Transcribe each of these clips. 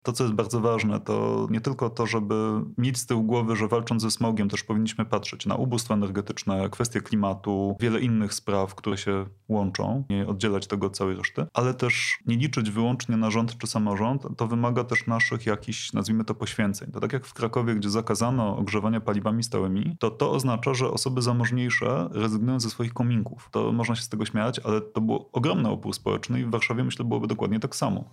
To, co jest bardzo ważne, to nie tylko to, żeby mieć z tyłu głowy, że walcząc ze smogiem też powinniśmy patrzeć na ubóstwo energetyczne, kwestie klimatu, wiele innych spraw, które się łączą, nie oddzielać tego od całej reszty, ale też nie liczyć wyłącznie na rząd czy samorząd. To wymaga też naszych jakichś, nazwijmy to, poświęceń. To tak jak w Krakowie, gdzie zakazano ogrzewania paliwami stałymi, to oznacza, że osoby zamożniejsze rezygnują ze swoich kominków. To można się z tego śmiać, ale to był ogromny opór społeczny i w Warszawie myślę byłoby dokładnie tak samo.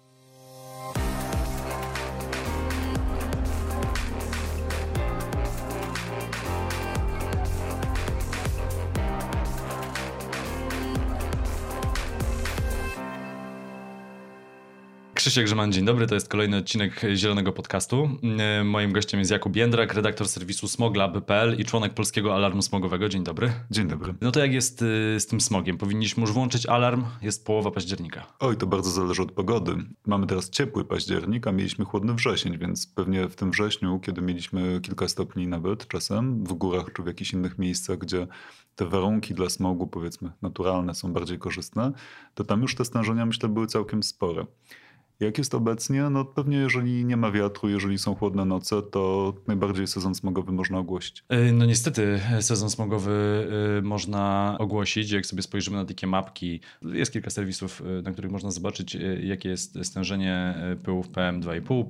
Krzysiek Grzeman, dzień dobry, to jest kolejny odcinek Zielonego Podcastu. Moim gościem jest Jakub Jędrak, redaktor serwisu smoglab.pl i członek Polskiego Alarmu Smogowego. Dzień dobry. Dzień dobry. No to jak jest z tym smogiem? Powinniśmy już włączyć alarm, jest połowa października. Oj, to bardzo zależy od pogody. Mamy teraz ciepły październik, a mieliśmy chłodny wrzesień, więc pewnie w tym wrześniu, kiedy mieliśmy kilka stopni nawet czasem w górach czy w jakichś innych miejscach, gdzie te warunki dla smogu, powiedzmy, naturalne są bardziej korzystne, to tam już te stężenia, myślę, były całkiem spore. Jak jest obecnie? No pewnie jeżeli nie ma wiatru, jeżeli są chłodne noce, to najbardziej sezon smogowy można ogłosić. No niestety sezon smogowy można ogłosić. Jak sobie spojrzymy na takie mapki, jest kilka serwisów, na których można zobaczyć, jakie jest stężenie pyłów PM2,5,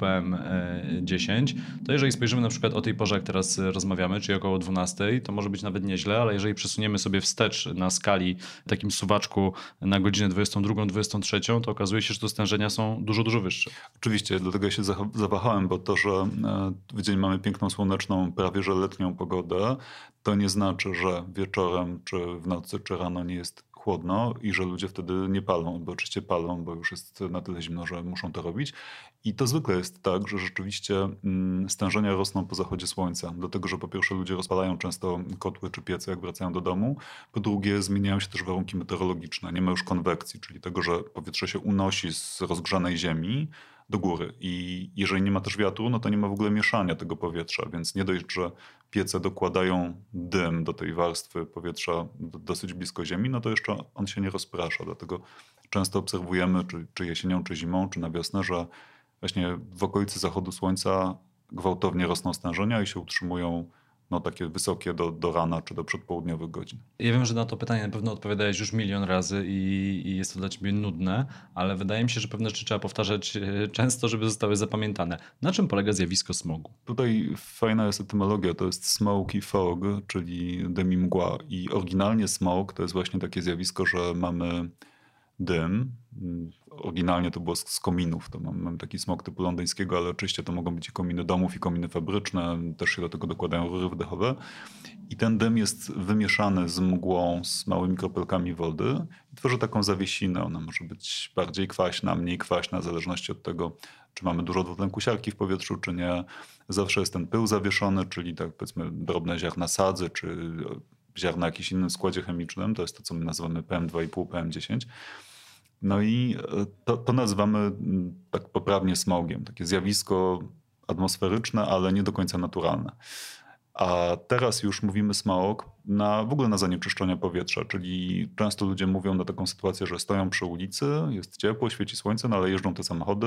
PM10. To jeżeli spojrzymy na przykład o tej porze, jak teraz rozmawiamy, czyli około 12, to może być nawet nieźle, ale jeżeli przesuniemy sobie wstecz na skali takim suwaczku na godzinę 22, 23, to okazuje się, że te stężenia są dużo wyższe. Oczywiście, dlatego ja się zawahałem, bo to, że w dzień mamy piękną, słoneczną, prawie że letnią pogodę, to nie znaczy, że wieczorem, czy w nocy, czy rano nie jest chłodno i że ludzie wtedy nie palą, bo oczywiście palą, bo już jest na tyle zimno, że muszą to robić. I to zwykle jest tak, że rzeczywiście stężenia rosną po zachodzie słońca, dlatego że po pierwsze ludzie rozpalają często kotły czy piece, jak wracają do domu, po drugie zmieniają się też warunki meteorologiczne, nie ma już konwekcji, czyli tego, że powietrze się unosi z rozgrzanej ziemi do góry i jeżeli nie ma też wiatru, no to nie ma w ogóle mieszania tego powietrza, więc nie dość, że piece dokładają dym do tej warstwy powietrza dosyć blisko ziemi, no to jeszcze on się nie rozprasza, dlatego często obserwujemy, czy jesienią, czy zimą, czy na wiosnę, że właśnie w okolicy zachodu słońca gwałtownie rosną stężenia i się utrzymują no, takie wysokie do rana czy do przedpołudniowych godzin. Ja wiem, że na to pytanie na pewno odpowiadałeś już milion razy i jest to dla ciebie nudne, ale wydaje mi się, że pewne rzeczy trzeba powtarzać często, żeby zostały zapamiętane. Na czym polega zjawisko smogu? Tutaj fajna jest etymologia, to jest smoke i fog, czyli dym i mgła. I oryginalnie smog to jest właśnie takie zjawisko, że mamy dym. Oryginalnie to było z kominów. To mamy taki smog typu londyńskiego, ale oczywiście to mogą być i kominy domów, i kominy fabryczne. Też się do tego dokładają rury wdechowe. I ten dym jest wymieszany z mgłą, z małymi kropelkami wody i tworzy taką zawiesinę. Ona może być bardziej kwaśna, mniej kwaśna, w zależności od tego, czy mamy dużo dwutlenku siarki w powietrzu, czy nie. Zawsze jest ten pył zawieszony, czyli tak powiedzmy drobne ziarna sadzy, czy ziarna w jakimś innym składzie chemicznym. To jest to, co my nazywamy PM2,5, PM10. No i to nazywamy tak poprawnie smogiem. Takie zjawisko atmosferyczne, ale nie do końca naturalne. A teraz już mówimy smog w ogóle na zanieczyszczenia powietrza, czyli często ludzie mówią na taką sytuację, że stoją przy ulicy, jest ciepło, świeci słońce, no ale jeżdżą te samochody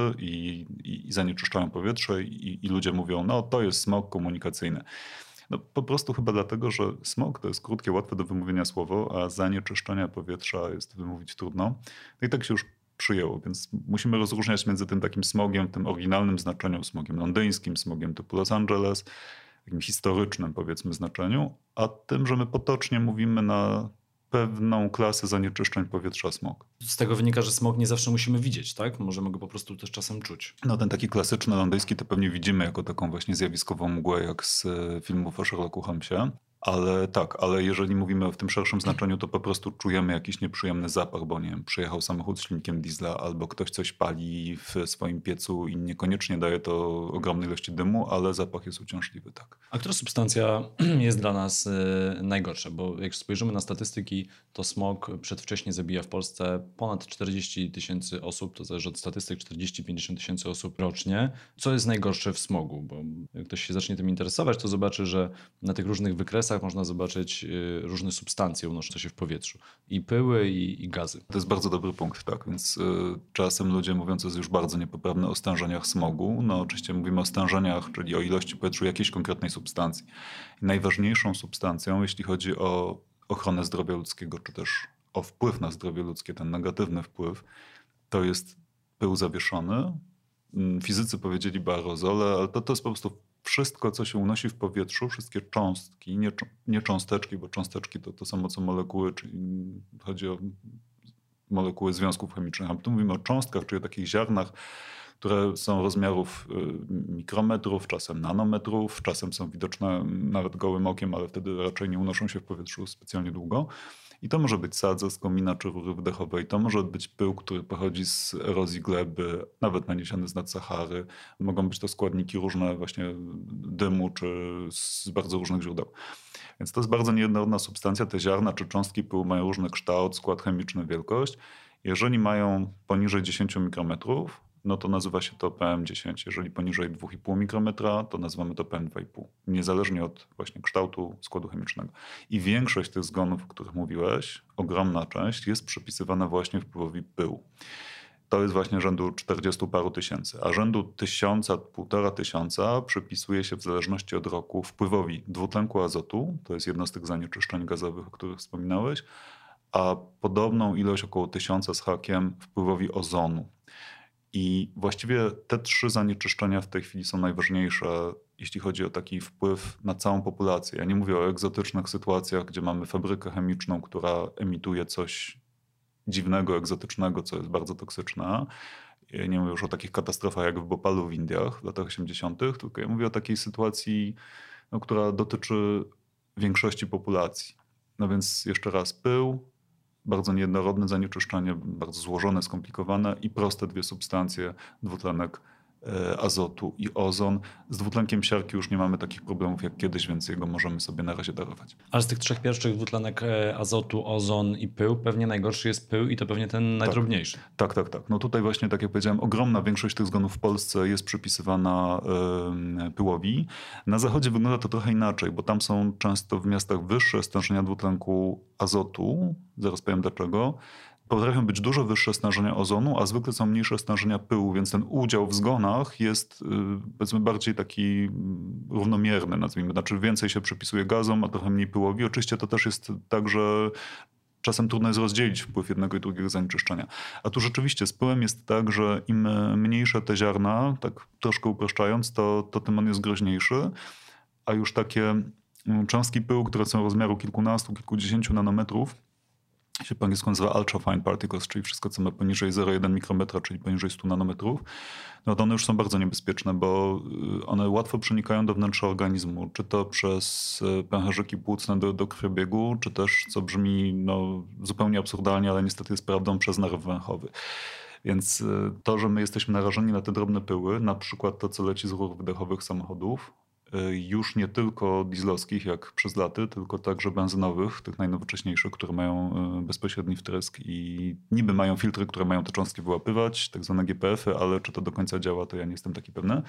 i zanieczyszczają powietrze i ludzie mówią, no to jest smog komunikacyjny. No po prostu chyba dlatego, że smog to jest krótkie, łatwe do wymówienia słowo, a zanieczyszczenia powietrza jest wymówić trudno. No i tak się już przyjęło, więc musimy rozróżniać między tym takim smogiem, tym oryginalnym znaczeniu, smogiem londyńskim, smogiem typu Los Angeles, takim historycznym powiedzmy znaczeniu, a tym, że my potocznie mówimy na pewną klasę zanieczyszczeń powietrza smog. Z tego wynika, że smog nie zawsze musimy widzieć, tak? Możemy go po prostu też czasem czuć. No ten taki klasyczny londyński to pewnie widzimy jako taką właśnie zjawiskową mgłę, jak z filmów o Sherlocku Holmesie. Ale tak, ale jeżeli mówimy w tym szerszym znaczeniu, to po prostu czujemy jakiś nieprzyjemny zapach, bo nie wiem, przyjechał samochód z silnikiem diesla albo ktoś coś pali w swoim piecu i niekoniecznie daje to ogromnej ilości dymu, ale zapach jest uciążliwy, tak. A która substancja jest dla nas najgorsza? Bo jak spojrzymy na statystyki, to smog przedwcześnie zabija w Polsce ponad 40 000 osób, to zależy od statystyk, 40-50 000 osób rocznie. Co jest najgorsze w smogu? Bo jak ktoś się zacznie tym interesować, to zobaczy, że na tych różnych wykresach lasach można zobaczyć różne substancje unoszące się w powietrzu. I pyły, i gazy. To jest bardzo dobry punkt, tak. Więc czasem ludzie mówią, co jest już bardzo niepoprawne o stężeniach smogu. No oczywiście mówimy o stężeniach, czyli o ilości w powietrzu jakiejś konkretnej substancji. I najważniejszą substancją, jeśli chodzi o ochronę zdrowia ludzkiego, czy też o wpływ na zdrowie ludzkie, ten negatywny wpływ, to jest pył zawieszony. Fizycy powiedzieliby aerozole, ale to jest po prostu wszystko, co się unosi w powietrzu, wszystkie cząstki, nie cząsteczki, bo cząsteczki to samo co molekuły, czyli chodzi o molekuły związków chemicznych. A tu mówimy o cząstkach, czyli o takich ziarnach, które są rozmiarów mikrometrów, czasem nanometrów, czasem są widoczne nawet gołym okiem, ale wtedy raczej nie unoszą się w powietrzu specjalnie długo. I to może być sadza z komina czy rury wdechowej, to może być pył, który pochodzi z erozji gleby, nawet naniesiony z nad Sahary. Mogą być to składniki różne właśnie dymu czy z bardzo różnych źródeł. Więc to jest bardzo niejednorodna substancja. Te ziarna czy cząstki pyłu mają różny kształt, skład chemiczny, wielkość. Jeżeli mają poniżej 10 mikrometrów, no to nazywa się to PM10. Jeżeli poniżej 2,5 mikrometra, to nazywamy to PM2,5. Niezależnie od właśnie kształtu składu chemicznego. I większość tych zgonów, o których mówiłeś, ogromna część, jest przypisywana właśnie wpływowi pyłu. To jest właśnie rzędu 40 paru tysięcy, a rzędu 1000, 1500 przypisuje się w zależności od roku wpływowi dwutlenku azotu, to jest jedno z tych zanieczyszczeń gazowych, o których wspominałeś, a podobną ilość, około 1000 z hakiem, wpływowi ozonu. I właściwie te 3 zanieczyszczenia w tej chwili są najważniejsze, jeśli chodzi o taki wpływ na całą populację. Ja nie mówię o egzotycznych sytuacjach, gdzie mamy fabrykę chemiczną, która emituje coś dziwnego, egzotycznego, co jest bardzo toksyczne. Ja nie mówię już o takich katastrofach jak w Bhopalu w Indiach w latach 80., tylko ja mówię o takiej sytuacji, no, która dotyczy większości populacji. No więc jeszcze raz pył, bardzo niejednorodne zanieczyszczenie, bardzo złożone, skomplikowane i proste 2 substancje, dwutlenek azotu i ozon. Z dwutlenkiem siarki już nie mamy takich problemów jak kiedyś, więc jego możemy sobie na razie darować. Ale z tych 3 pierwszych, dwutlenek azotu, ozon i pył, pewnie najgorszy jest pył i to pewnie ten najdrobniejszy. Tak. No tutaj właśnie, tak jak powiedziałem, ogromna większość tych zgonów w Polsce jest przypisywana pyłowi. Na zachodzie wygląda to trochę inaczej, bo tam są często w miastach wyższe stężenia dwutlenku azotu. Zaraz powiem dlaczego. Potrafią być dużo wyższe stężenia ozonu, a zwykle są mniejsze stężenia pyłu, więc ten udział w zgonach jest powiedzmy bardziej taki równomierny, nazwijmy. Znaczy więcej się przypisuje gazom, a trochę mniej pyłowi. Oczywiście to też jest tak, że czasem trudno jest rozdzielić wpływ jednego i drugiego zanieczyszczenia. A tu rzeczywiście z pyłem jest tak, że im mniejsze te ziarna, tak troszkę upraszczając, to tym on jest groźniejszy, a już takie cząstki pyłu, które są rozmiaru kilkunastu, kilkudziesięciu nanometrów, się po angielsku nazywa ultrafine particles, czyli wszystko, co ma poniżej 0,1 mikrometra, czyli poniżej 100 nanometrów, no to one już są bardzo niebezpieczne, bo one łatwo przenikają do wnętrza organizmu, czy to przez pęcherzyki płucne do krwiobiegu, czy też, co brzmi no, zupełnie absurdalnie, ale niestety jest prawdą, przez nerw węchowy. Więc to, że my jesteśmy narażeni na te drobne pyły, na przykład to, co leci z rur wydechowych samochodów, już nie tylko dieslowskich jak przez laty, tylko także benzynowych, tych najnowocześniejszych, które mają bezpośredni wtrysk i niby mają filtry, które mają te cząstki wyłapywać, tak zwane GPF-y, ale czy to do końca działa, to ja nie jestem taki pewny.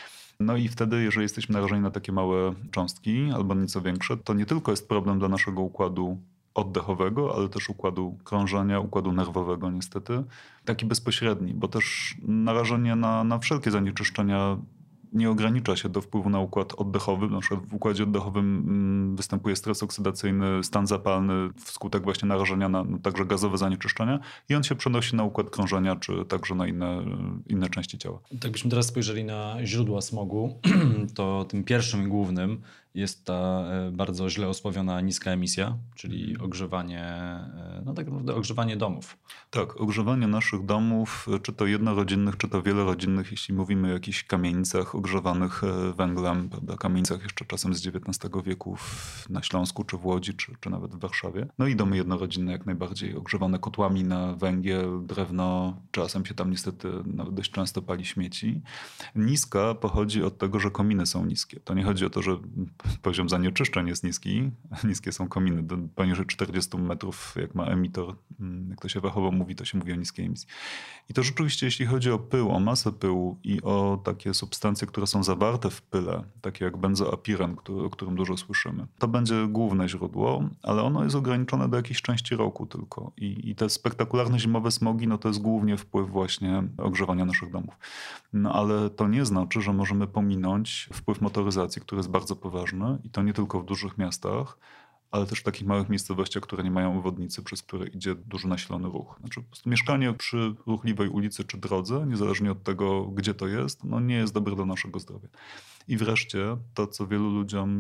No i wtedy, jeżeli jesteśmy narażeni na takie małe cząstki albo nieco większe, to nie tylko jest problem dla naszego układu oddechowego, ale też układu krążenia, układu nerwowego niestety. Taki bezpośredni, bo też narażenie na wszelkie zanieczyszczenia nie ogranicza się do wpływu na układ oddechowy. Na przykład w układzie oddechowym występuje stres oksydacyjny, stan zapalny wskutek właśnie narażenia na także gazowe zanieczyszczenia i on się przenosi na układ krążenia, czy także na inne części ciała. Tak byśmy teraz spojrzeli na źródła smogu, to tym pierwszym i głównym jest ta bardzo źle osławiona niska emisja, czyli ogrzewanie, no tak naprawdę ogrzewanie domów. Tak, ogrzewanie naszych domów, czy to jednorodzinnych, czy to wielorodzinnych, jeśli mówimy o jakichś kamienicach ogrzewanych węglem, prawda, kamienicach jeszcze czasem z XIX wieku na Śląsku, czy w Łodzi, czy nawet w Warszawie. No i domy jednorodzinne jak najbardziej, ogrzewane kotłami na węgiel, drewno, czasem się tam niestety nawet dość często pali śmieci. Niska pochodzi od tego, że kominy są niskie. To nie chodzi o to, że poziom zanieczyszczeń jest niski. Niskie są kominy. Poniżej 40 metrów, jak ma emitor, jak to się fachowo mówi, to się mówi o niskiej emisji. I to rzeczywiście, jeśli chodzi o pył, o masę pyłu i o takie substancje, które są zawarte w pyle, takie jak benzoapiren, o którym dużo słyszymy, to będzie główne źródło, ale ono jest ograniczone do jakiejś części roku tylko. I te spektakularne zimowe smogi, no to jest głównie wpływ właśnie ogrzewania naszych domów. No ale to nie znaczy, że możemy pominąć wpływ motoryzacji, który jest bardzo poważny i to nie tylko w dużych miastach, ale też w takich małych miejscowościach, które nie mają obwodnicy, przez które idzie duży nasilony ruch. Znaczy po prostu mieszkanie przy ruchliwej ulicy czy drodze, niezależnie od tego, gdzie to jest, no nie jest dobre dla naszego zdrowia. I wreszcie to, co wielu ludziom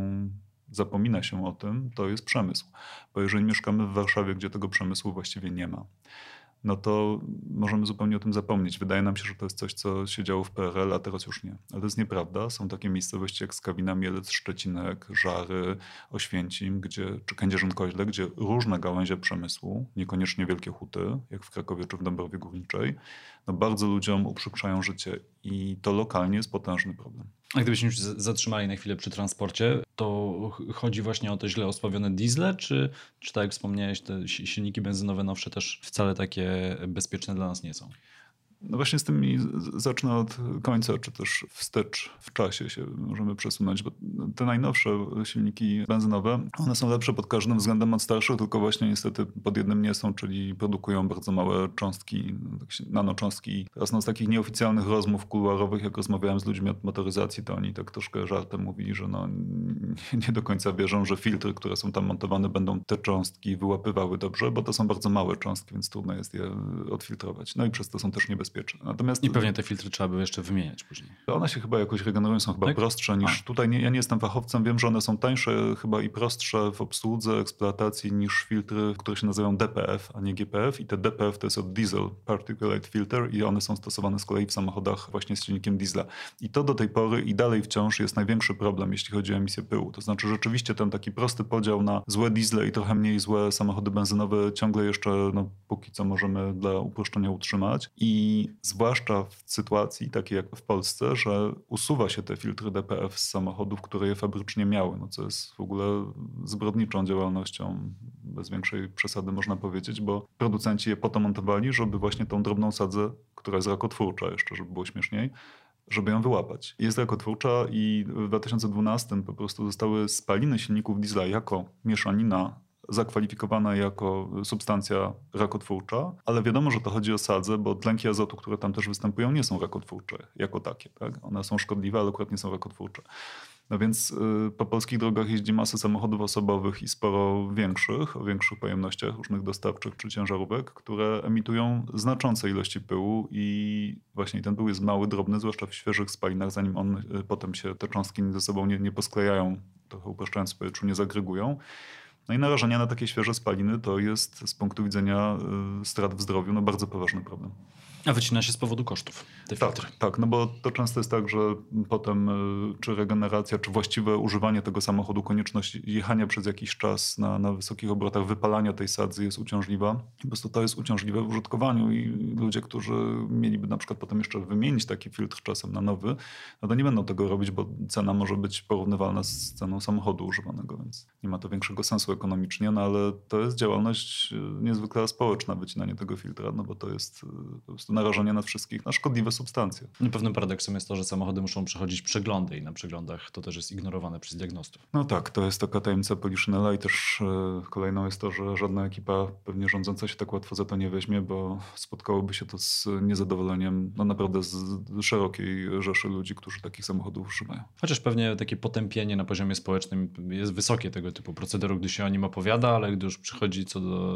zapomina się o tym, to jest przemysł. Bo jeżeli mieszkamy w Warszawie, gdzie tego przemysłu właściwie nie ma, no to możemy zupełnie o tym zapomnieć. Wydaje nam się, że to jest coś, co się działo w PRL, a teraz już nie. Ale to jest nieprawda. Są takie miejscowości jak Skawina, Mielec, Szczecinek, Żary, Oświęcim, czy Kędzierzyn-Koźle, gdzie różne gałęzie przemysłu, niekoniecznie wielkie huty, jak w Krakowie czy w Dąbrowie Górniczej, no bardzo ludziom uprzykrzają życie i to lokalnie jest potężny problem. A gdybyśmy już zatrzymali na chwilę przy transporcie, to chodzi właśnie o te źle osławione diesle, czy tak jak wspomniałeś, te silniki benzynowe nowsze też wcale takie bezpieczne dla nas nie są? No właśnie z tym zacznę od końca, czy też wstecz w czasie się możemy przesunąć, bo te najnowsze silniki benzynowe, one są lepsze pod każdym względem od starszych, tylko właśnie niestety pod jednym nie są, czyli produkują bardzo małe cząstki, nanocząstki. Teraz z takich nieoficjalnych rozmów kuluarowych, jak rozmawiałem z ludźmi od motoryzacji, to oni tak troszkę żartem mówili, że nie do końca wierzą, że filtry, które są tam montowane, będą te cząstki wyłapywały dobrze, bo to są bardzo małe cząstki, więc trudno jest je odfiltrować. No i przez to są też niebezpieczne. Natomiast i pewnie te filtry trzeba by jeszcze wymieniać później. One się chyba jakoś regenerują, są chyba prostsze niż tutaj. Ja nie jestem fachowcem, wiem, że one są tańsze chyba i prostsze w obsłudze, eksploatacji niż filtry, które się nazywają DPF, a nie GPF. I te DPF to jest od Diesel Particulate Filter i one są stosowane z kolei w samochodach właśnie z silnikiem diesla. I to do tej pory i dalej wciąż jest największy problem, jeśli chodzi o emisję pyłu. To znaczy rzeczywiście ten taki prosty podział na złe diesle i trochę mniej złe samochody benzynowe ciągle jeszcze póki co możemy dla uproszczenia utrzymać. I zwłaszcza w sytuacji takiej jak w Polsce, że usuwa się te filtry DPF z samochodów, które je fabrycznie miały, co jest w ogóle zbrodniczą działalnością, bez większej przesady można powiedzieć, bo producenci je po to montowali, żeby właśnie tą drobną sadzę, która jest rakotwórcza jeszcze, żeby było śmieszniej, żeby ją wyłapać. Jest rakotwórcza i w 2012 po prostu zostały spaliny silników diesla jako mieszanina zakwalifikowana jako substancja rakotwórcza, ale wiadomo, że to chodzi o sadzę, bo tlenki azotu, które tam też występują, nie są rakotwórcze jako takie. Tak? One są szkodliwe, ale akurat nie są rakotwórcze. No więc po polskich drogach jeździ masę samochodów osobowych i sporo o większych pojemnościach różnych dostawczych czy ciężarówek, które emitują znaczące ilości pyłu i właśnie ten pył jest mały, drobny, zwłaszcza w świeżych spalinach, zanim potem się te cząstki ze sobą nie posklejają, trochę upraszczając w powietrzu, nie zagregują. No i narażenie na takie świeże spaliny to jest z punktu widzenia strat w zdrowiu bardzo poważny problem. A wycina się z powodu kosztów te filtry. Tak, no bo to często jest tak, że potem czy regeneracja, czy właściwe używanie tego samochodu, konieczność jechania przez jakiś czas na wysokich obrotach, wypalania tej sadzy jest uciążliwa. Po prostu to jest uciążliwe w użytkowaniu i ludzie, którzy mieliby na przykład potem jeszcze wymienić taki filtr czasem na nowy, no to nie będą tego robić, bo cena może być porównywalna z ceną samochodu używanego, więc nie ma to większego sensu ekonomicznie, no ale to jest działalność niezwykle społeczna, wycinanie tego filtra, no bo to jest po prostu narażenie na wszystkich na szkodliwe substancje. Pewnym paradoksem jest to, że samochody muszą przechodzić przeglądy i na przeglądach to też jest ignorowane przez diagnostów. No tak, to jest taka tajemnica Poliszynela i też kolejną jest to, że żadna ekipa pewnie rządząca się tak łatwo za to nie weźmie, bo spotkałoby się to z niezadowoleniem naprawdę z szerokiej rzeszy ludzi, którzy takich samochodów używają. Chociaż pewnie takie potępienie na poziomie społecznym jest wysokie tego typu procederu, gdy się o nim opowiada, ale gdy już przychodzi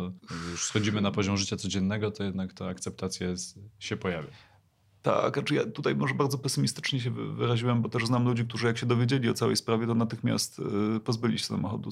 już schodzimy na poziom życia codziennego, to jednak ta akceptacja się pojawia. Tak, znaczy ja tutaj może bardzo pesymistycznie się wyraziłem, bo też znam ludzi, którzy jak się dowiedzieli o całej sprawie, to natychmiast pozbyli się samochodu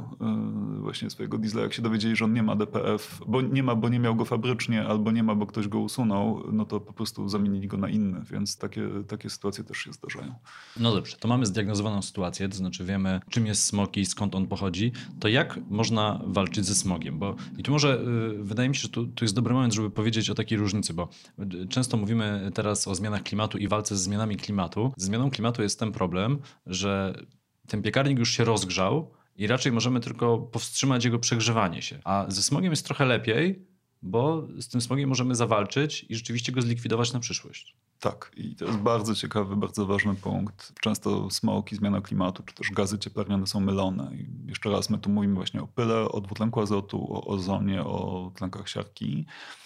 swojego diesla. Jak się dowiedzieli, że on nie ma DPF, bo nie miał go fabrycznie, albo nie ma, bo ktoś go usunął, no to po prostu zamienili go na inny, więc takie sytuacje też się zdarzają. No dobrze, to mamy zdiagnozowaną sytuację, to znaczy wiemy, czym jest smog i skąd on pochodzi, to jak można walczyć ze smogiem? I tu może wydaje mi się, że tu jest dobry moment, żeby powiedzieć o takiej różnicy, bo często mówimy teraz o zmianach klimatu i walce ze zmianami klimatu. Ze zmianą klimatu jest ten problem, że ten piekarnik już się rozgrzał i raczej możemy tylko powstrzymać jego przegrzewanie się. A ze smogiem jest trochę lepiej, bo z tym smogiem możemy zawalczyć i rzeczywiście go zlikwidować na przyszłość. Tak, i to jest bardzo ciekawy, bardzo ważny punkt. Często smog i zmiana klimatu, czy też gazy cieplarniane są mylone. I jeszcze raz, my tu mówimy właśnie o pyle, o dwutlenku azotu, o ozonie, o tlenkach siarki.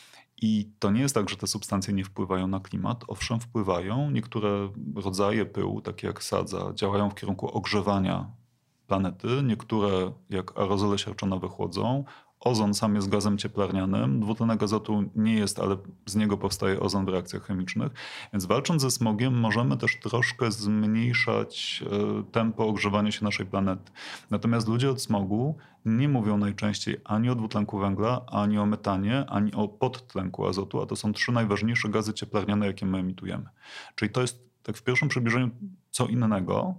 I to nie jest tak, że te substancje nie wpływają na klimat. Owszem, wpływają. Niektóre rodzaje pyłu, takie jak sadza, działają w kierunku ogrzewania planety. Niektóre, jak aerozole siarczonowe, chłodzą. Ozon sam jest gazem cieplarnianym. Dwutlenek azotu nie jest, ale z niego powstaje ozon w reakcjach chemicznych. Więc walcząc ze smogiem możemy też troszkę zmniejszać tempo ogrzewania się naszej planety. Natomiast ludzie od smogu nie mówią najczęściej ani o dwutlenku węgla, ani o metanie, ani o podtlenku azotu, a to są 3 najważniejsze gazy cieplarniane, jakie my emitujemy. Czyli to jest tak w pierwszym przybliżeniu co innego.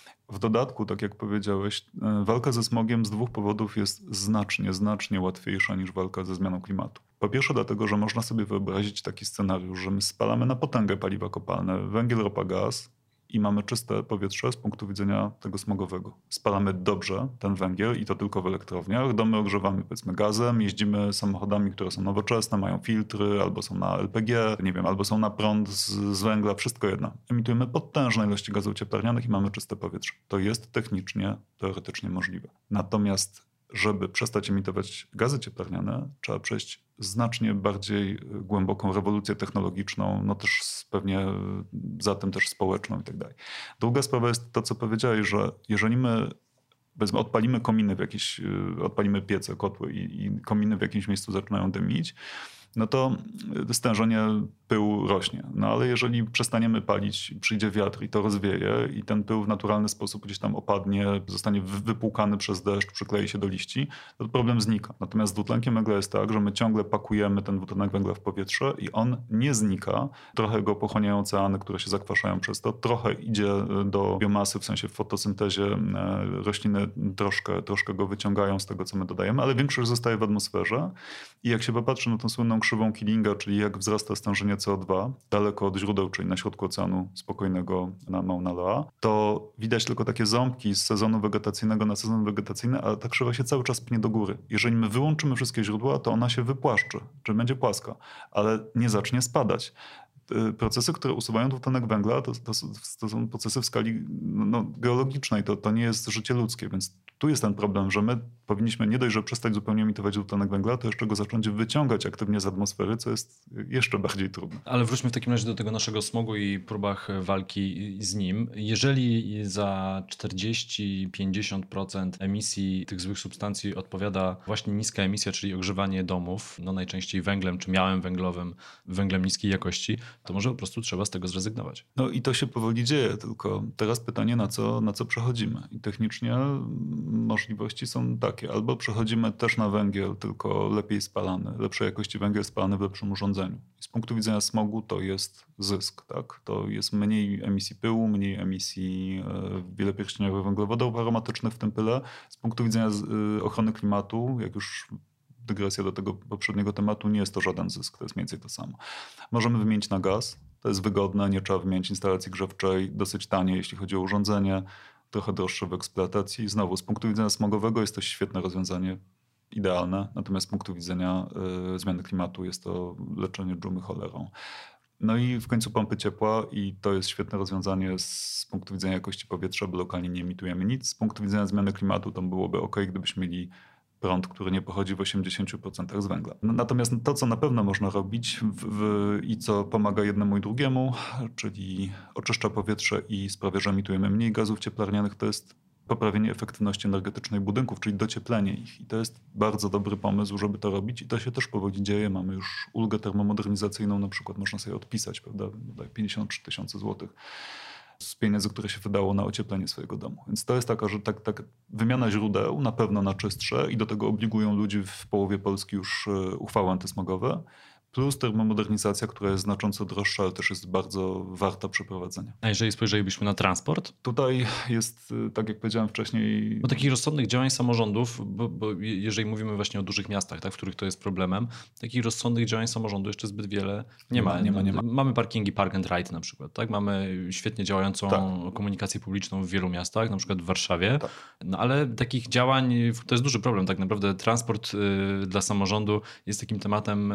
W dodatku, tak jak powiedziałeś, walka ze smogiem z 2 powodów jest znacznie łatwiejsza niż walka ze zmianą klimatu. Po pierwsze dlatego, że można sobie wyobrazić taki scenariusz, że my spalamy na potęgę paliwa kopalne, węgiel, ropa, gaz i mamy czyste powietrze z punktu widzenia tego smogowego. Spalamy dobrze ten węgiel i to tylko w elektrowniach. Domy ogrzewamy powiedzmy gazem, jeździmy samochodami, które są nowoczesne, mają filtry, albo są na LPG, nie wiem, albo są na prąd z węgla, wszystko jedno. Emitujemy potężne ilości gazów cieplarnianych i mamy czyste powietrze. To jest technicznie, teoretycznie możliwe. Natomiast żeby przestać emitować gazy cieplarniane, trzeba przejść znacznie bardziej głęboką rewolucję technologiczną, no też pewnie za tym też społeczną i tak dalej. Druga sprawa jest to, co powiedziałeś, że jeżeli my odpalimy kominy odpalimy piece, kotły i kominy w jakimś miejscu zaczynają dymić, no to stężenie pyłu rośnie. No ale jeżeli przestaniemy palić, przyjdzie wiatr i to rozwieje i ten pył w naturalny sposób gdzieś tam opadnie, zostanie wypłukany przez deszcz, przyklei się do liści, to problem znika. Natomiast z dwutlenkiem węgla jest tak, że my ciągle pakujemy ten dwutlenek węgla w powietrze i on nie znika. Trochę go pochłaniają oceany, które się zakwaszają przez to. Trochę idzie do biomasy, w sensie w fotosyntezie rośliny troszkę go wyciągają z tego, co my dodajemy, ale większość zostaje w atmosferze. I jak się popatrzy na tą słynną krzywą Killinga, czyli jak wzrasta stężenie CO2 daleko od źródeł, czyli na środku Oceanu Spokojnego na Mauna Loa, to widać tylko takie ząbki z sezonu wegetacyjnego na sezon wegetacyjny, a ta krzywa się cały czas pnie do góry. Jeżeli my wyłączymy wszystkie źródła, to ona się wypłaszczy, czyli będzie płaska, ale nie zacznie spadać. Procesy, które usuwają dwutlenek węgla, to są procesy w skali geologicznej, to nie jest życie ludzkie, więc tu jest ten problem, że my powinniśmy nie dość, że przestać zupełnie emitować dwutlenek węgla, to jeszcze go zacząć wyciągać aktywnie z atmosfery, co jest jeszcze bardziej trudne. Ale wróćmy w takim razie do tego naszego smogu i próbach walki z nim. Jeżeli za 40-50% emisji tych złych substancji odpowiada właśnie niska emisja, czyli ogrzewanie domów, no najczęściej węglem czy miałem węglowym, węglem niskiej jakości, to może po prostu trzeba z tego zrezygnować. No i to się powoli dzieje, tylko teraz pytanie, na co przechodzimy. I technicznie możliwości są takie. Albo przechodzimy też na węgiel, tylko lepiej spalany, lepszej jakości węgiel spalany w lepszym urządzeniu. I z punktu widzenia smogu to jest zysk, tak? To jest mniej emisji pyłu, mniej emisji wielopierścieniowych węglowodanów aromatycznych w tym pyle. Z punktu widzenia ochrony klimatu, jak już dygresja do tego poprzedniego tematu, nie jest to żaden zysk, to jest mniej więcej to samo. Możemy wymienić na gaz, to jest wygodne, nie trzeba wymienić instalacji grzewczej, dosyć tanie, jeśli chodzi o urządzenie, trochę droższe w eksploatacji. Znowu, z punktu widzenia smogowego jest to świetne rozwiązanie, idealne, natomiast z punktu widzenia zmiany klimatu jest to leczenie dżumy cholerą. No i w końcu pompy ciepła i to jest świetne rozwiązanie z punktu widzenia jakości powietrza, bo lokalnie nie emitujemy nic. Z punktu widzenia zmiany klimatu to byłoby ok, gdybyśmy mieli prąd, który nie pochodzi w 80% z węgla. Natomiast to, co na pewno można robić i co pomaga jednemu i drugiemu, czyli oczyszcza powietrze i sprawia, że emitujemy mniej gazów cieplarnianych, to jest poprawienie efektywności energetycznej budynków, czyli docieplenie ich. I to jest bardzo dobry pomysł, żeby to robić. I to się też powoli dzieje. Mamy już ulgę termomodernizacyjną, na przykład można sobie odpisać, prawda, 53 000 złotych z pieniędzy, które się wydało na ocieplenie swojego domu. Więc to jest taka, że tak wymiana źródeł na pewno na czystsze i do tego obligują ludzi w połowie Polski już uchwały antysmogowe. Plus termomodernizacja, która jest znacząco droższa, ale też jest bardzo warta przeprowadzenia. A jeżeli spojrzelibyśmy na transport? Tutaj jest, tak jak powiedziałem wcześniej... Bo takich rozsądnych działań samorządów, bo jeżeli mówimy właśnie o dużych miastach, tak, w których to jest problemem, takich rozsądnych działań samorządu jeszcze zbyt wiele nie ma. Mamy parkingi Park and Ride na przykład, tak? Mamy świetnie działającą komunikację publiczną w wielu miastach, na przykład w Warszawie, no ale takich działań, to jest duży problem tak naprawdę. Transport dla samorządu jest takim tematem,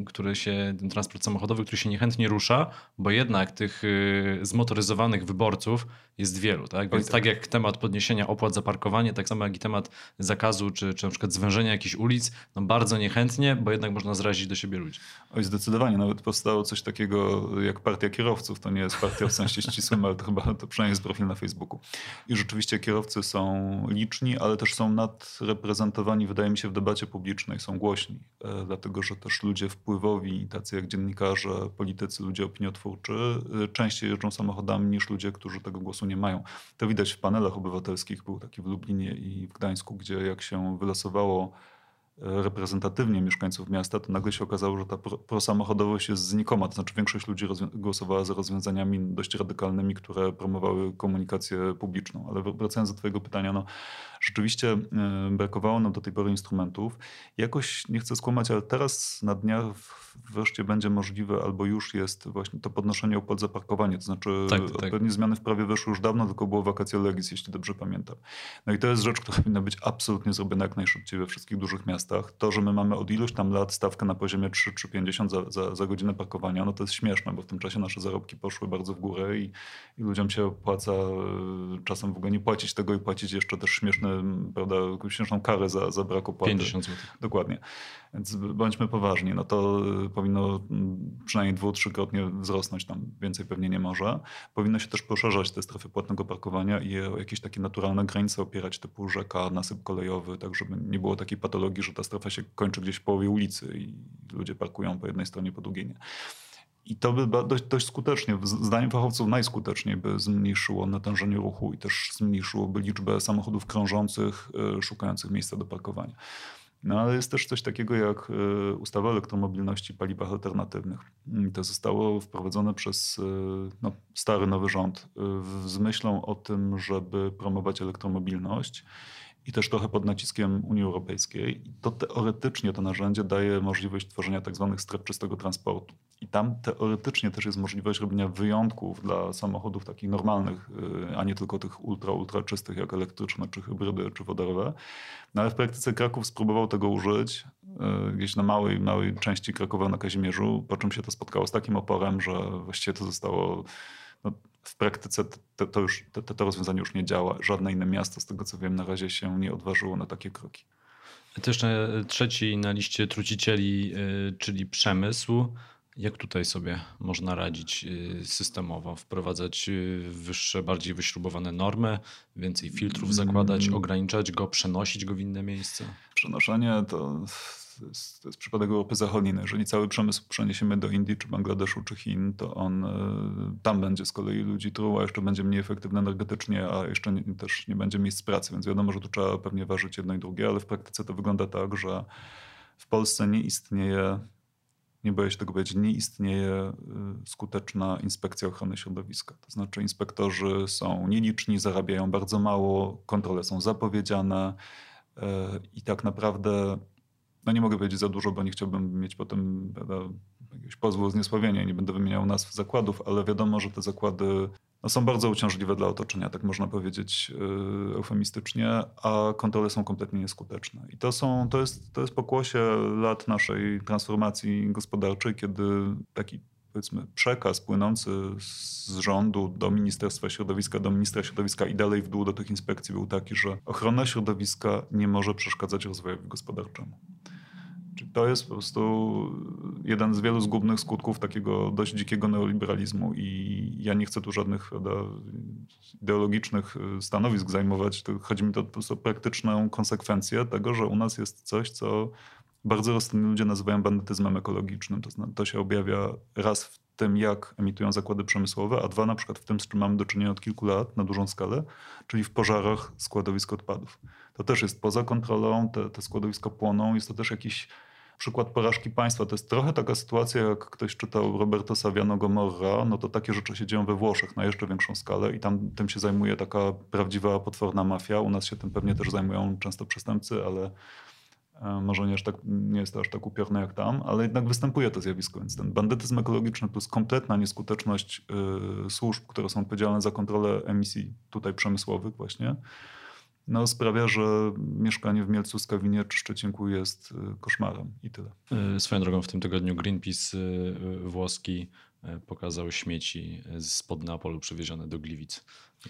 ten transport samochodowy, który się niechętnie rusza, bo jednak tych zmotoryzowanych wyborców jest wielu, tak? Więc tak jak temat podniesienia opłat za parkowanie, tak samo jak i temat zakazu, czy na przykład zwężenia jakichś ulic, no bardzo niechętnie, bo jednak można zrazić do siebie ludzi. Oj, zdecydowanie. Nawet powstało coś takiego jak partia kierowców. To nie jest partia w sensie ścisłym, ale to chyba to przynajmniej jest profil na Facebooku. I rzeczywiście kierowcy są liczni, ale też są nadreprezentowani, wydaje mi się, w debacie publicznej. Są głośni, dlatego że też ludzie wpływowi, tacy jak dziennikarze, politycy, ludzie opiniotwórczy, częściej jeżdżą samochodami niż ludzie, którzy tego głosu nie mają. To widać w panelach obywatelskich. Był taki w Lublinie i w Gdańsku, gdzie jak się wylosowało reprezentatywnie mieszkańców miasta, to nagle się okazało, że ta prosamochodowość jest znikoma. To znaczy większość ludzi głosowała za rozwiązaniami dość radykalnymi, które promowały komunikację publiczną. Ale wracając do twojego pytania, no rzeczywiście brakowało nam do tej pory instrumentów. Jakoś, nie chcę skłamać, ale teraz na dniach wreszcie będzie możliwe, albo już jest właśnie to podnoszenie opłat za parkowanie. To znaczy odpowiednie zmiany w prawie weszły już dawno, tylko było vacatio legis, jeśli dobrze pamiętam. No i to jest rzecz, która powinna być absolutnie zrobiona jak najszybciej we wszystkich dużych miastach. To, że my mamy od iluś tam lat stawkę na poziomie 3 czy 50 za godzinę parkowania, no to jest śmieszne, bo w tym czasie nasze zarobki poszły bardzo w górę i ludziom się opłaca czasem w ogóle nie płacić tego i płacić jeszcze też śmieszną karę za brak opłaty. 50 zł. Dokładnie. Więc bądźmy poważni. No to powinno przynajmniej 2-3-krotnie wzrosnąć, tam więcej pewnie nie może. Powinno się też poszerzać te strefy płatnego parkowania i o jakieś takie naturalne granice opierać, typu rzeka, nasyp kolejowy, tak żeby nie było takiej patologii, że ta strefa się kończy gdzieś w połowie ulicy i ludzie parkują po jednej stronie, po drugiej nie. I to by dość skutecznie, zdaniem fachowców najskuteczniej by zmniejszyło natężenie ruchu i też zmniejszyłoby liczbę samochodów krążących, szukających miejsca do parkowania. No ale jest też coś takiego jak ustawa o elektromobilności i paliwach alternatywnych. To zostało wprowadzone przez stary, nowy rząd z myślą o tym, żeby promować elektromobilność i też trochę pod naciskiem Unii Europejskiej. I to teoretycznie to narzędzie daje możliwość tworzenia tak zwanych stref czystego transportu. I tam teoretycznie też jest możliwość robienia wyjątków dla samochodów takich normalnych, a nie tylko tych ultra czystych jak elektryczne, czy hybrydy, czy wodorowe. No ale w praktyce Kraków spróbował tego użyć gdzieś na małej części Krakowa na Kazimierzu, po czym się to spotkało z takim oporem, że właściwie to zostało... w praktyce to rozwiązanie już nie działa. Żadne inne miasto, z tego co wiem, na razie się nie odważyło na takie kroki. To jeszcze trzeci na liście trucicieli, czyli przemysł. Jak tutaj sobie można radzić systemowo? Wprowadzać wyższe, bardziej wyśrubowane normy, więcej filtrów zakładać, ograniczać go, przenosić go w inne miejsce? Przenoszenie to jest przypadek Europy Zachodniej. No jeżeli cały przemysł przeniesiemy do Indii, czy Bangladeszu, czy Chin, to on tam będzie z kolei ludzi truł, a jeszcze będzie mniej efektywny energetycznie, a jeszcze też nie będzie miejsc pracy. Więc wiadomo, że tu trzeba pewnie ważyć jedno i drugie, ale w praktyce to wygląda tak, że w Polsce nie istnieje, nie boję się tego powiedzieć, nie istnieje skuteczna inspekcja ochrony środowiska. To znaczy inspektorzy są nieliczni, zarabiają bardzo mało, kontrole są zapowiedziane i tak naprawdę nie mogę powiedzieć za dużo, bo nie chciałbym mieć potem jakiegoś pozwu o zniesławienie, nie będę wymieniał nazw zakładów, ale wiadomo, że te zakłady są bardzo uciążliwe dla otoczenia, tak można powiedzieć eufemistycznie, a kontrole są kompletnie nieskuteczne. I to jest pokłosie lat naszej transformacji gospodarczej, kiedy taki, powiedzmy, przekaz płynący z rządu do Ministerstwa Środowiska, do ministra środowiska i dalej w dół do tych inspekcji był taki, że ochrona środowiska nie może przeszkadzać rozwojowi gospodarczemu. Czyli to jest po prostu jeden z wielu zgubnych skutków takiego dość dzikiego neoliberalizmu i ja nie chcę tu żadnych ideologicznych stanowisk zajmować. Chodzi mi to po prostu o praktyczną konsekwencję tego, że u nas jest coś, co bardzo rozsądni ludzie nazywają bandytyzmem ekologicznym. To się objawia raz w tym, jak emitują zakłady przemysłowe, a dwa na przykład w tym, z czym mamy do czynienia od kilku lat na dużą skalę, czyli w pożarach składowisk odpadów. To też jest poza kontrolą, te składowiska płoną, jest to też jakiś przykład porażki państwa. To jest trochę taka sytuacja, jak ktoś czytał Roberto Saviano Gomorra, no to takie rzeczy się dzieją we Włoszech na jeszcze większą skalę i tam tym się zajmuje taka prawdziwa, potworna mafia. U nas się tym pewnie też zajmują często przestępcy, ale może nie jest to aż tak upiorne jak tam, ale jednak występuje to zjawisko. Więc ten bandytyzm ekologiczny plus kompletna nieskuteczność służb, które są odpowiedzialne za kontrolę emisji tutaj przemysłowych właśnie, no sprawia, że mieszkanie w Mielcu, Skawinie czy Szczecinku jest koszmarem i tyle. Swoją drogą w tym tygodniu Greenpeace włoski pokazał śmieci spod Neapolu przywiezione do Gliwic.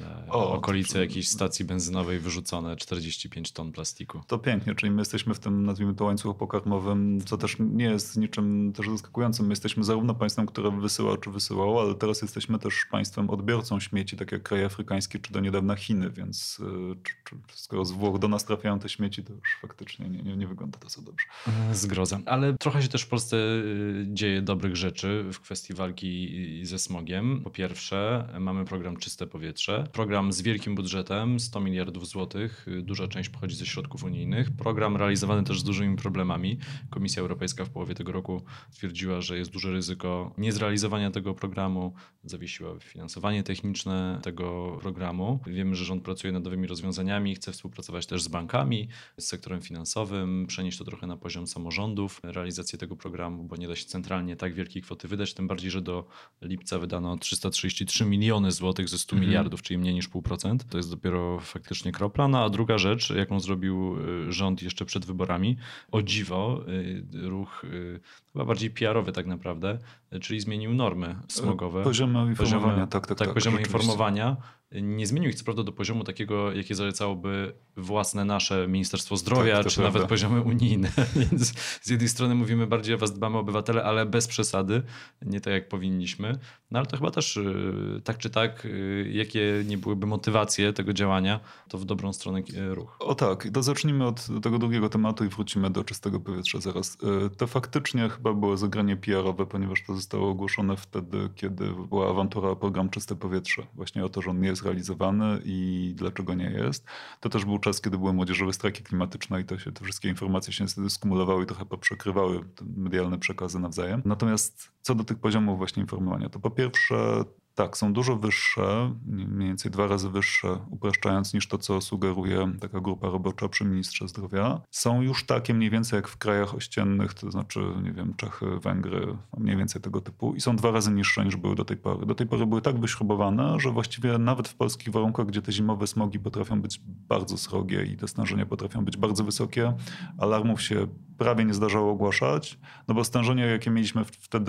Okolice jakiejś stacji benzynowej wyrzucone 45 ton plastiku. To pięknie, czyli my jesteśmy w tym, nazwijmy to, łańcuchu pokarmowym, co też nie jest niczym też zaskakującym. My jesteśmy zarówno państwem, które wysyła czy wysyłało, ale teraz jesteśmy też państwem odbiorcą śmieci, tak jak kraje afrykańskie czy do niedawna Chiny, więc skoro z Włoch do nas trafiają te śmieci, to już faktycznie nie wygląda to za dobrze. Zgroza. Ale trochę się też w Polsce dzieje dobrych rzeczy w kwestii walki ze smogiem. Po pierwsze, mamy program Czyste Powietrze. Program z wielkim budżetem, 100 miliardów złotych. Duża część pochodzi ze środków unijnych. Program realizowany też z dużymi problemami. Komisja Europejska w połowie tego roku stwierdziła, że jest duże ryzyko niezrealizowania tego programu. Zawiesiła finansowanie techniczne tego programu. Wiemy, że rząd pracuje nad nowymi rozwiązaniami, chce współpracować też z bankami, z sektorem finansowym, przenieść to trochę na poziom samorządów, realizację tego programu, bo nie da się centralnie tak wielkiej kwoty wydać, tym bardziej, że do lipca wydano 333 miliony złotych ze 100 miliardów, czyli mniej niż 0,5%. To jest dopiero faktycznie kropla. No a druga rzecz, jaką zrobił rząd jeszcze przed wyborami, o dziwo, ruch chyba bardziej PR-owy tak naprawdę, czyli zmienił normy smogowe. Poziomy informowania, tak. Poziomy informowania. Nie zmienił ich co prawda do poziomu takiego, jakie zalecałoby własne nasze Ministerstwo Zdrowia, czy nawet poziomy unijne. Więc z jednej strony mówimy bardziej o was dbamy obywatele, ale bez przesady, nie tak jak powinniśmy. No ale to chyba też tak czy tak, jakie nie byłyby motywacje tego działania, to w dobrą stronę ruch. O tak, to zacznijmy od tego drugiego tematu i wrócimy do czystego powietrza zaraz. To faktycznie chyba było zagranie PR-owe, ponieważ to zostało ogłoszone wtedy, kiedy była awantura o program Czyste Powietrze. Właśnie o to, że on nie jest realizowany i dlaczego nie jest. To też był czas, kiedy były młodzieżowe strajki klimatyczne i te wszystkie informacje się niestety skumulowały i trochę poprzekrywały te medialne przekazy nawzajem. Natomiast co do tych poziomów właśnie informowania, to po pierwsze tak, są dużo wyższe, mniej więcej 2 razy wyższe, upraszczając, niż to, co sugeruje taka grupa robocza przy ministrze zdrowia. Są już takie mniej więcej jak w krajach ościennych, to znaczy, nie wiem, Czechy, Węgry, mniej więcej tego typu i są 2 razy niższe niż były do tej pory. Do tej pory były tak wyśrubowane, że właściwie nawet w polskich warunkach, gdzie te zimowe smogi potrafią być bardzo srogie i te stężenia potrafią być bardzo wysokie, alarmów się prawie nie zdarzało ogłaszać, no bo stężenie, jakie mieliśmy wtedy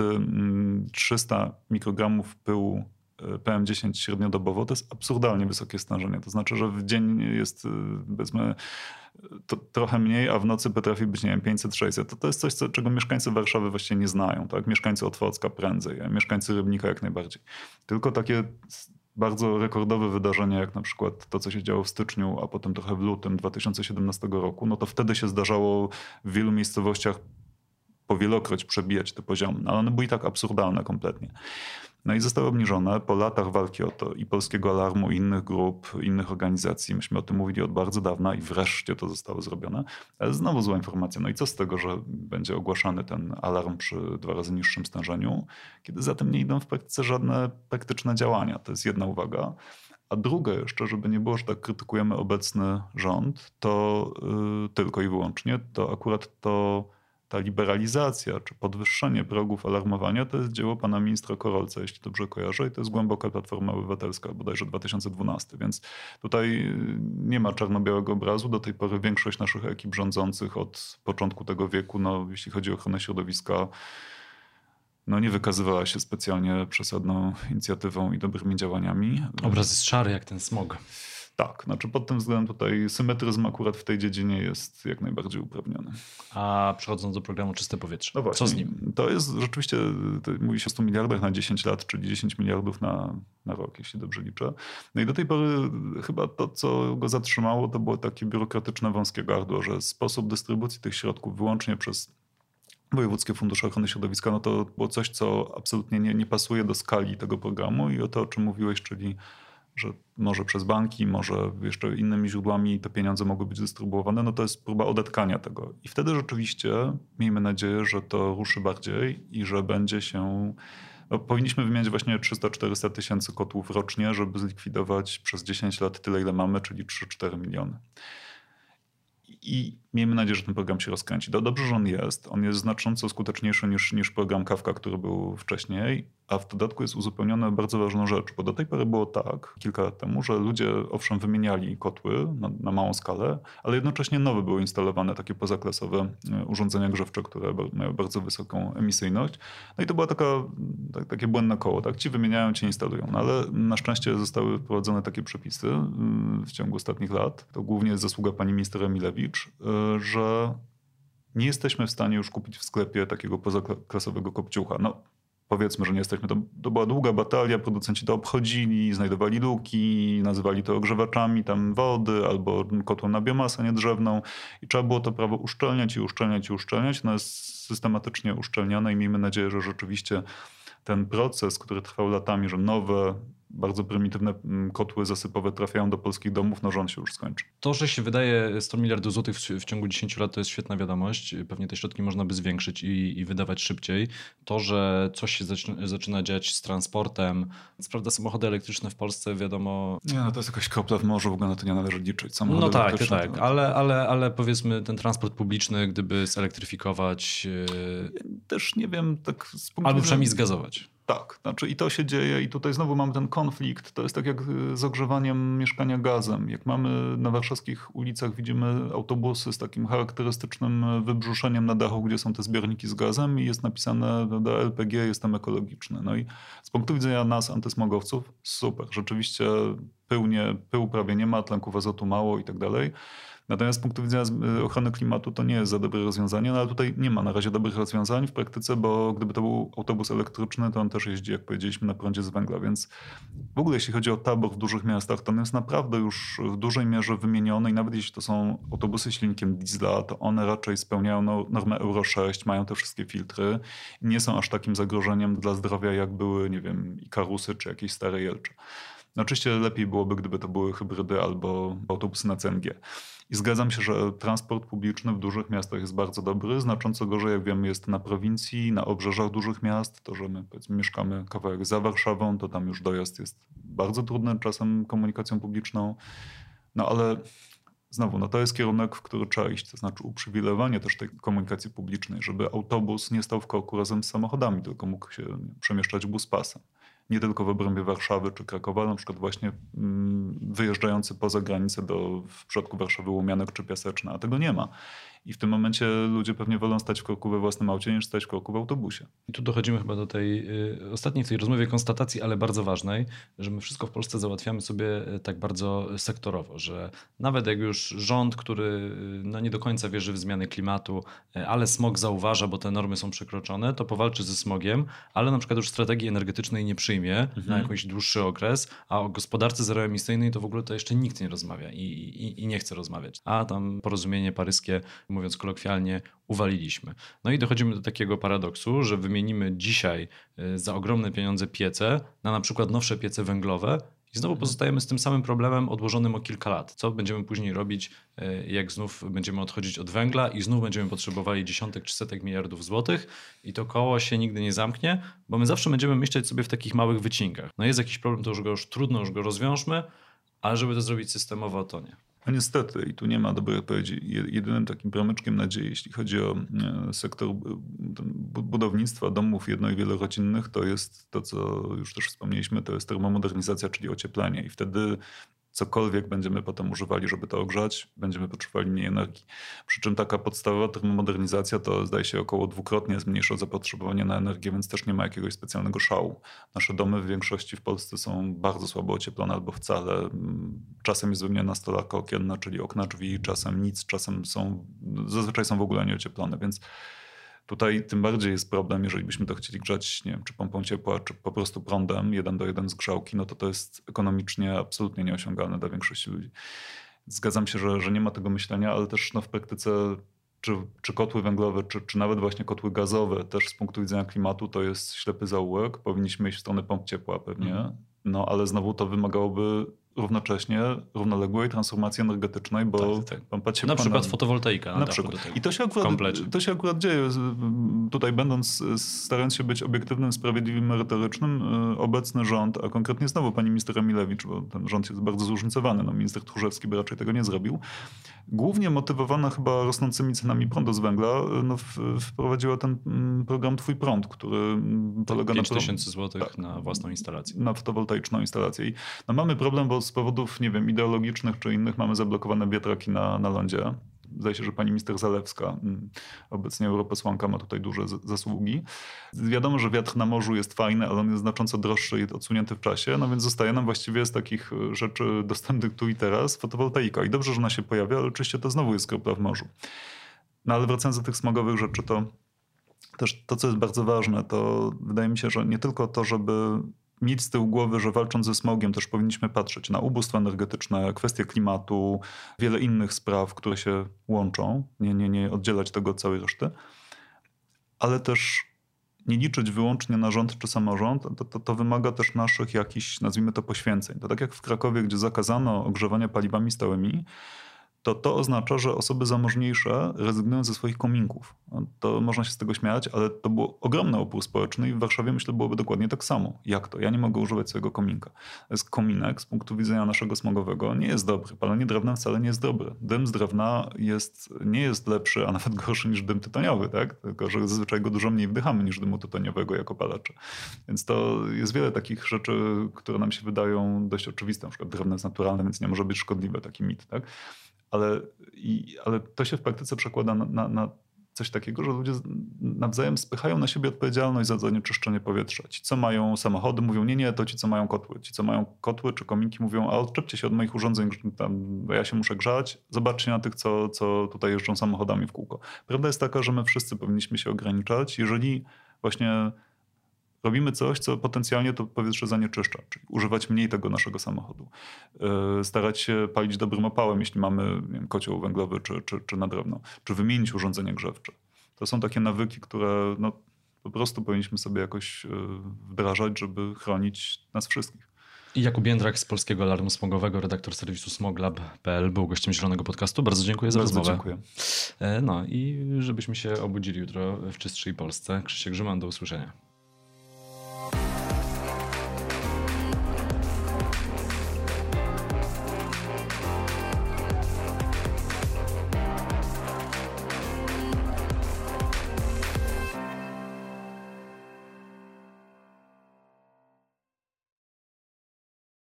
300 mikrogramów pyłu PM10 średniodobowo, to jest absurdalnie wysokie stężenie. To znaczy, że w dzień jest powiedzmy to trochę mniej, a w nocy potrafi być, nie wiem, 500-600. To jest coś, czego mieszkańcy Warszawy właściwie nie znają. Tak? Mieszkańcy Otwocka prędzej, a mieszkańcy Rybnika jak najbardziej. Tylko takie bardzo rekordowe wydarzenia, jak na przykład to, co się działo w styczniu, a potem trochę w lutym 2017 roku, no to wtedy się zdarzało w wielu miejscowościach powielokroć przebijać te poziomy. Ale one były i tak absurdalne kompletnie. No i zostały obniżone po latach walki o to i Polskiego Alarmu, i innych grup, innych organizacji. Myśmy o tym mówili od bardzo dawna i wreszcie to zostało zrobione. Ale znowu zła informacja. No i co z tego, że będzie ogłaszany ten alarm przy 2 razy niższym stężeniu, kiedy za tym nie idą w praktyce żadne praktyczne działania. To jest jedna uwaga. A druga jeszcze, żeby nie było, że tak krytykujemy obecny rząd, to tylko i wyłącznie, to akurat ta liberalizacja czy podwyższenie progów alarmowania to jest dzieło pana ministra Korolca, jeśli dobrze kojarzę, i to jest głęboka Platforma Obywatelska, bodajże 2012, więc tutaj nie ma czarno-białego obrazu. Do tej pory większość naszych ekip rządzących od początku tego wieku, no, jeśli chodzi o ochronę środowiska, no nie wykazywała się specjalnie przesadną inicjatywą i dobrymi działaniami. Obraz jest szary jak ten smog. Tak, znaczy pod tym względem tutaj symetryzm akurat w tej dziedzinie jest jak najbardziej uprawniony. A przechodząc do programu Czyste Powietrze, no właśnie, co z nim? To jest rzeczywiście, mówi się o 100 miliardach na 10 lat, czyli 10 miliardów na rok, jeśli dobrze liczę. No i do tej pory chyba to, co go zatrzymało, to było takie biurokratyczne wąskie gardło, że sposób dystrybucji tych środków wyłącznie przez Wojewódzkie Fundusze Ochrony Środowiska, no to było coś, co absolutnie nie pasuje do skali tego programu i o to, o czym mówiłeś, czyli że może przez banki, może jeszcze innymi źródłami te pieniądze mogły być dystrybuowane, no to jest próba odetkania tego. I wtedy rzeczywiście miejmy nadzieję, że to ruszy bardziej i że będzie się... No, powinniśmy wymieniać właśnie 300-400 tysięcy kotłów rocznie, żeby zlikwidować przez 10 lat tyle, ile mamy, czyli 3-4 miliony. I miejmy nadzieję, że ten program się rozkręci. Dobrze, że on jest. On jest znacząco skuteczniejszy niż program Kafka, który był wcześniej, a w dodatku jest uzupełniony bardzo ważną rzecz, bo do tej pory było tak, kilka lat temu, że ludzie owszem wymieniali kotły na małą skalę, ale jednocześnie nowe były instalowane, takie pozaklasowe urządzenia grzewcze, które mają bardzo wysoką emisyjność. No i to było takie błędne koło. Tak? Ci wymieniają, ci instalują. No ale na szczęście zostały wprowadzone takie przepisy w ciągu ostatnich lat. To głównie jest zasługa pani minister Emilewicz, że nie jesteśmy w stanie już kupić w sklepie takiego pozaklasowego kopciucha. No, powiedzmy, że nie jesteśmy. To była długa batalia, producenci to obchodzili, znajdowali luki, nazywali to ogrzewaczami tam wody albo kotłem na biomasę niedrzewną i trzeba było to prawo uszczelniać i uszczelniać i uszczelniać. No jest systematycznie uszczelniane i miejmy nadzieję, że rzeczywiście ten proces, który trwał latami, że nowe, bardzo prymitywne kotły zasypowe trafiają do polskich domów, no że on się już skończy. To, że się wydaje 100 miliardów złotych w ciągu 10 lat, to jest świetna wiadomość. Pewnie te środki można by zwiększyć i wydawać szybciej. To, że coś się zaczyna dziać z transportem. Prawda, samochody elektryczne w Polsce, wiadomo... Nie, no to jest jakaś kropla w morzu, w ogóle na to nie należy liczyć. Samochody no tak, elektryczne, tak, ale powiedzmy ten transport publiczny, gdyby zelektryfikować... Też nie wiem, tak z punktu albo przynajmniej zgazować. Tak, znaczy i to się dzieje i tutaj znowu mamy ten konflikt. To jest tak jak z ogrzewaniem mieszkania gazem. Jak mamy na warszawskich ulicach, widzimy autobusy z takim charakterystycznym wybrzuszeniem na dachu, gdzie są te zbiorniki z gazem i jest napisane do LPG, jestem ekologiczny. No i z punktu widzenia nas, antysmogowców, super. Rzeczywiście pyłu prawie nie ma, tlenków azotu mało i tak dalej. Natomiast z punktu widzenia ochrony klimatu to nie jest za dobre rozwiązanie, no ale tutaj nie ma na razie dobrych rozwiązań w praktyce, bo gdyby to był autobus elektryczny, to on też jeździ, jak powiedzieliśmy, na prądzie z węgla, więc w ogóle jeśli chodzi o tabor w dużych miastach, to on jest naprawdę już w dużej mierze wymieniony i nawet jeśli to są autobusy silnikiem diesla, to one raczej spełniają normę Euro 6, mają te wszystkie filtry i nie są aż takim zagrożeniem dla zdrowia, jak były, nie wiem, Ikarusy czy jakieś stare Jelcze. No oczywiście lepiej byłoby, gdyby to były hybrydy albo autobusy na CNG. I zgadzam się, że transport publiczny w dużych miastach jest bardzo dobry. Znacząco gorzej, jak wiemy, jest na prowincji, na obrzeżach dużych miast. To, że my powiedzmy mieszkamy kawałek za Warszawą, to tam już dojazd jest bardzo trudny czasem komunikacją publiczną. No ale znowu, no to jest kierunek, w który trzeba iść, to znaczy uprzywilejowanie też tej komunikacji publicznej, żeby autobus nie stał w korku razem z samochodami, tylko mógł się przemieszczać buspasem. Nie tylko w obrębie Warszawy czy Krakowa, na przykład właśnie wyjeżdżający poza granicę w przypadku Warszawy Łomianek czy Piaseczna, a tego nie ma. I w tym momencie ludzie pewnie wolą stać w korku we własnym aucie niż stać w korku w autobusie. I tu dochodzimy chyba do tej ostatniej w tej rozmowie konstatacji, ale bardzo ważnej, że my wszystko w Polsce załatwiamy sobie tak bardzo sektorowo, że nawet jak już rząd, który no nie do końca wierzy w zmiany klimatu, ale smog zauważa, bo te normy są przekroczone, to powalczy ze smogiem, ale na przykład już strategii energetycznej nie przyjmie na jakiś dłuższy okres, a o gospodarce zeroemisyjnej to w ogóle to jeszcze nikt nie rozmawia i nie chce rozmawiać. A tam porozumienie paryskie, mówiąc kolokwialnie, uwaliliśmy. No i dochodzimy do takiego paradoksu, że wymienimy dzisiaj za ogromne pieniądze piece na przykład nowsze piece węglowe i znowu pozostajemy z tym samym problemem odłożonym o kilka lat. Co będziemy później robić, jak znów będziemy odchodzić od węgla i znów będziemy potrzebowali dziesiątek czy setek miliardów złotych i to koło się nigdy nie zamknie, bo my zawsze będziemy myśleć sobie w takich małych wycinkach. No jest jakiś problem, to już trudno, już go rozwiążmy, ale żeby to zrobić systemowo, to nie. No niestety i tu nie ma dobrej odpowiedzi. Jedynym takim promyczkiem nadziei, jeśli chodzi o sektor budownictwa domów jedno- i wielorodzinnych, to jest to, co już też wspomnieliśmy, to jest termomodernizacja, czyli ocieplenie. I wtedy cokolwiek będziemy potem używali, żeby to ogrzać, będziemy potrzebowali mniej energii. Przy czym taka podstawowa termomodernizacja to zdaje się około dwukrotnie zmniejsza zapotrzebowanie na energię, więc też nie ma jakiegoś specjalnego szału. Nasze domy w większości w Polsce są bardzo słabo ocieplone albo wcale. Czasem jest wymieniona stolarka okienna, czyli okna, drzwi, czasem nic, zazwyczaj są w ogóle nieocieplone, więc tutaj tym bardziej jest problem, jeżeli byśmy to chcieli grzać, nie wiem, czy pompą ciepła, czy po prostu prądem 1:1 z grzałki, no to jest ekonomicznie absolutnie nieosiągalne dla większości ludzi. Zgadzam się, że nie ma tego myślenia, ale też no, w praktyce czy kotły węglowe, czy nawet właśnie kotły gazowe też z punktu widzenia klimatu to jest ślepy zaułek. Powinniśmy iść w stronę pomp ciepła pewnie. No ale znowu to wymagałoby równocześnie równoległej transformacji energetycznej, bo pan patrzcie, na przykład fotowoltaika na przykład. I to się akurat dzieje. Tutaj starając się być obiektywnym, sprawiedliwym, merytorycznym, obecny rząd, a konkretnie znowu pani minister Emilewicz, bo ten rząd jest bardzo zróżnicowany, no minister Tchórzewski by raczej tego nie zrobił, głównie motywowana chyba rosnącymi cenami prądu z węgla, wprowadziła ten program Twój prąd, który polega na 5000 złotych na własną instalację. Na fotowoltaiczną instalację. I mamy problem, bo z powodów, nie wiem, ideologicznych czy innych mamy zablokowane wiatraki na lądzie. Zdaje się, że pani minister Zalewska, obecnie europosłanka, ma tutaj duże zasługi. Wiadomo, że wiatr na morzu jest fajny, ale on jest znacząco droższy i odsunięty w czasie, no więc zostaje nam właściwie z takich rzeczy dostępnych tu i teraz fotowoltaika. I dobrze, że ona się pojawia, ale oczywiście to znowu jest kropla w morzu. No ale wracając do tych smogowych rzeczy, to też to, co jest bardzo ważne, to wydaje mi się, że nie tylko to, żeby mieć z tyłu głowy, że walcząc ze smogiem też powinniśmy patrzeć na ubóstwo energetyczne, kwestie klimatu, wiele innych spraw, które się łączą, nie oddzielać tego od całej reszty, ale też nie liczyć wyłącznie na rząd czy samorząd, to wymaga też naszych jakichś, nazwijmy to, poświęceń. To tak jak w Krakowie, gdzie zakazano ogrzewania paliwami stałymi, to oznacza, że osoby zamożniejsze rezygnują ze swoich kominków. To można się z tego śmiać, ale to był ogromny opór społeczny i w Warszawie, myślę, byłoby dokładnie tak samo. Jak to? Ja nie mogę używać swojego kominka. Kominek z punktu widzenia naszego smogowego nie jest dobry. Palenie drewnem wcale nie jest dobre. Dym z drewna nie jest lepszy, a nawet gorszy niż dym tytoniowy, tak? Tylko że zazwyczaj go dużo mniej wdychamy niż dymu tytoniowego jako palacze. Więc to jest wiele takich rzeczy, które nam się wydają dość oczywiste. Na przykład drewno jest naturalne, więc nie może być szkodliwe, taki mit, tak? Ale to się w praktyce przekłada na coś takiego, że ludzie nawzajem spychają na siebie odpowiedzialność za zanieczyszczenie powietrza. Ci, co mają samochody, mówią nie, to ci, co mają kotły. Ci, co mają kotły czy kominki, mówią, a odczepcie się od moich urządzeń, bo ja się muszę grzać. Zobaczcie na tych, co tutaj jeżdżą samochodami w kółko. Prawda jest taka, że my wszyscy powinniśmy się ograniczać, jeżeli właśnie robimy coś, co potencjalnie to powietrze zanieczyszcza, czyli używać mniej tego naszego samochodu. Starać się palić dobrym opałem, jeśli mamy, nie wiem, kocioł węglowy czy na drewno, czy wymienić urządzenie grzewcze. To są takie nawyki, które po prostu powinniśmy sobie jakoś wdrażać, żeby chronić nas wszystkich. I Jakub Jędrak z Polskiego Alarmu Smogowego, redaktor serwisu smoglab.pl, był gościem Zielonego Podcastu. Bardzo dziękuję za rozmowę. Dziękuję. No i żebyśmy się obudzili jutro w czystszej Polsce. Krzysiek Grzyman, do usłyszenia.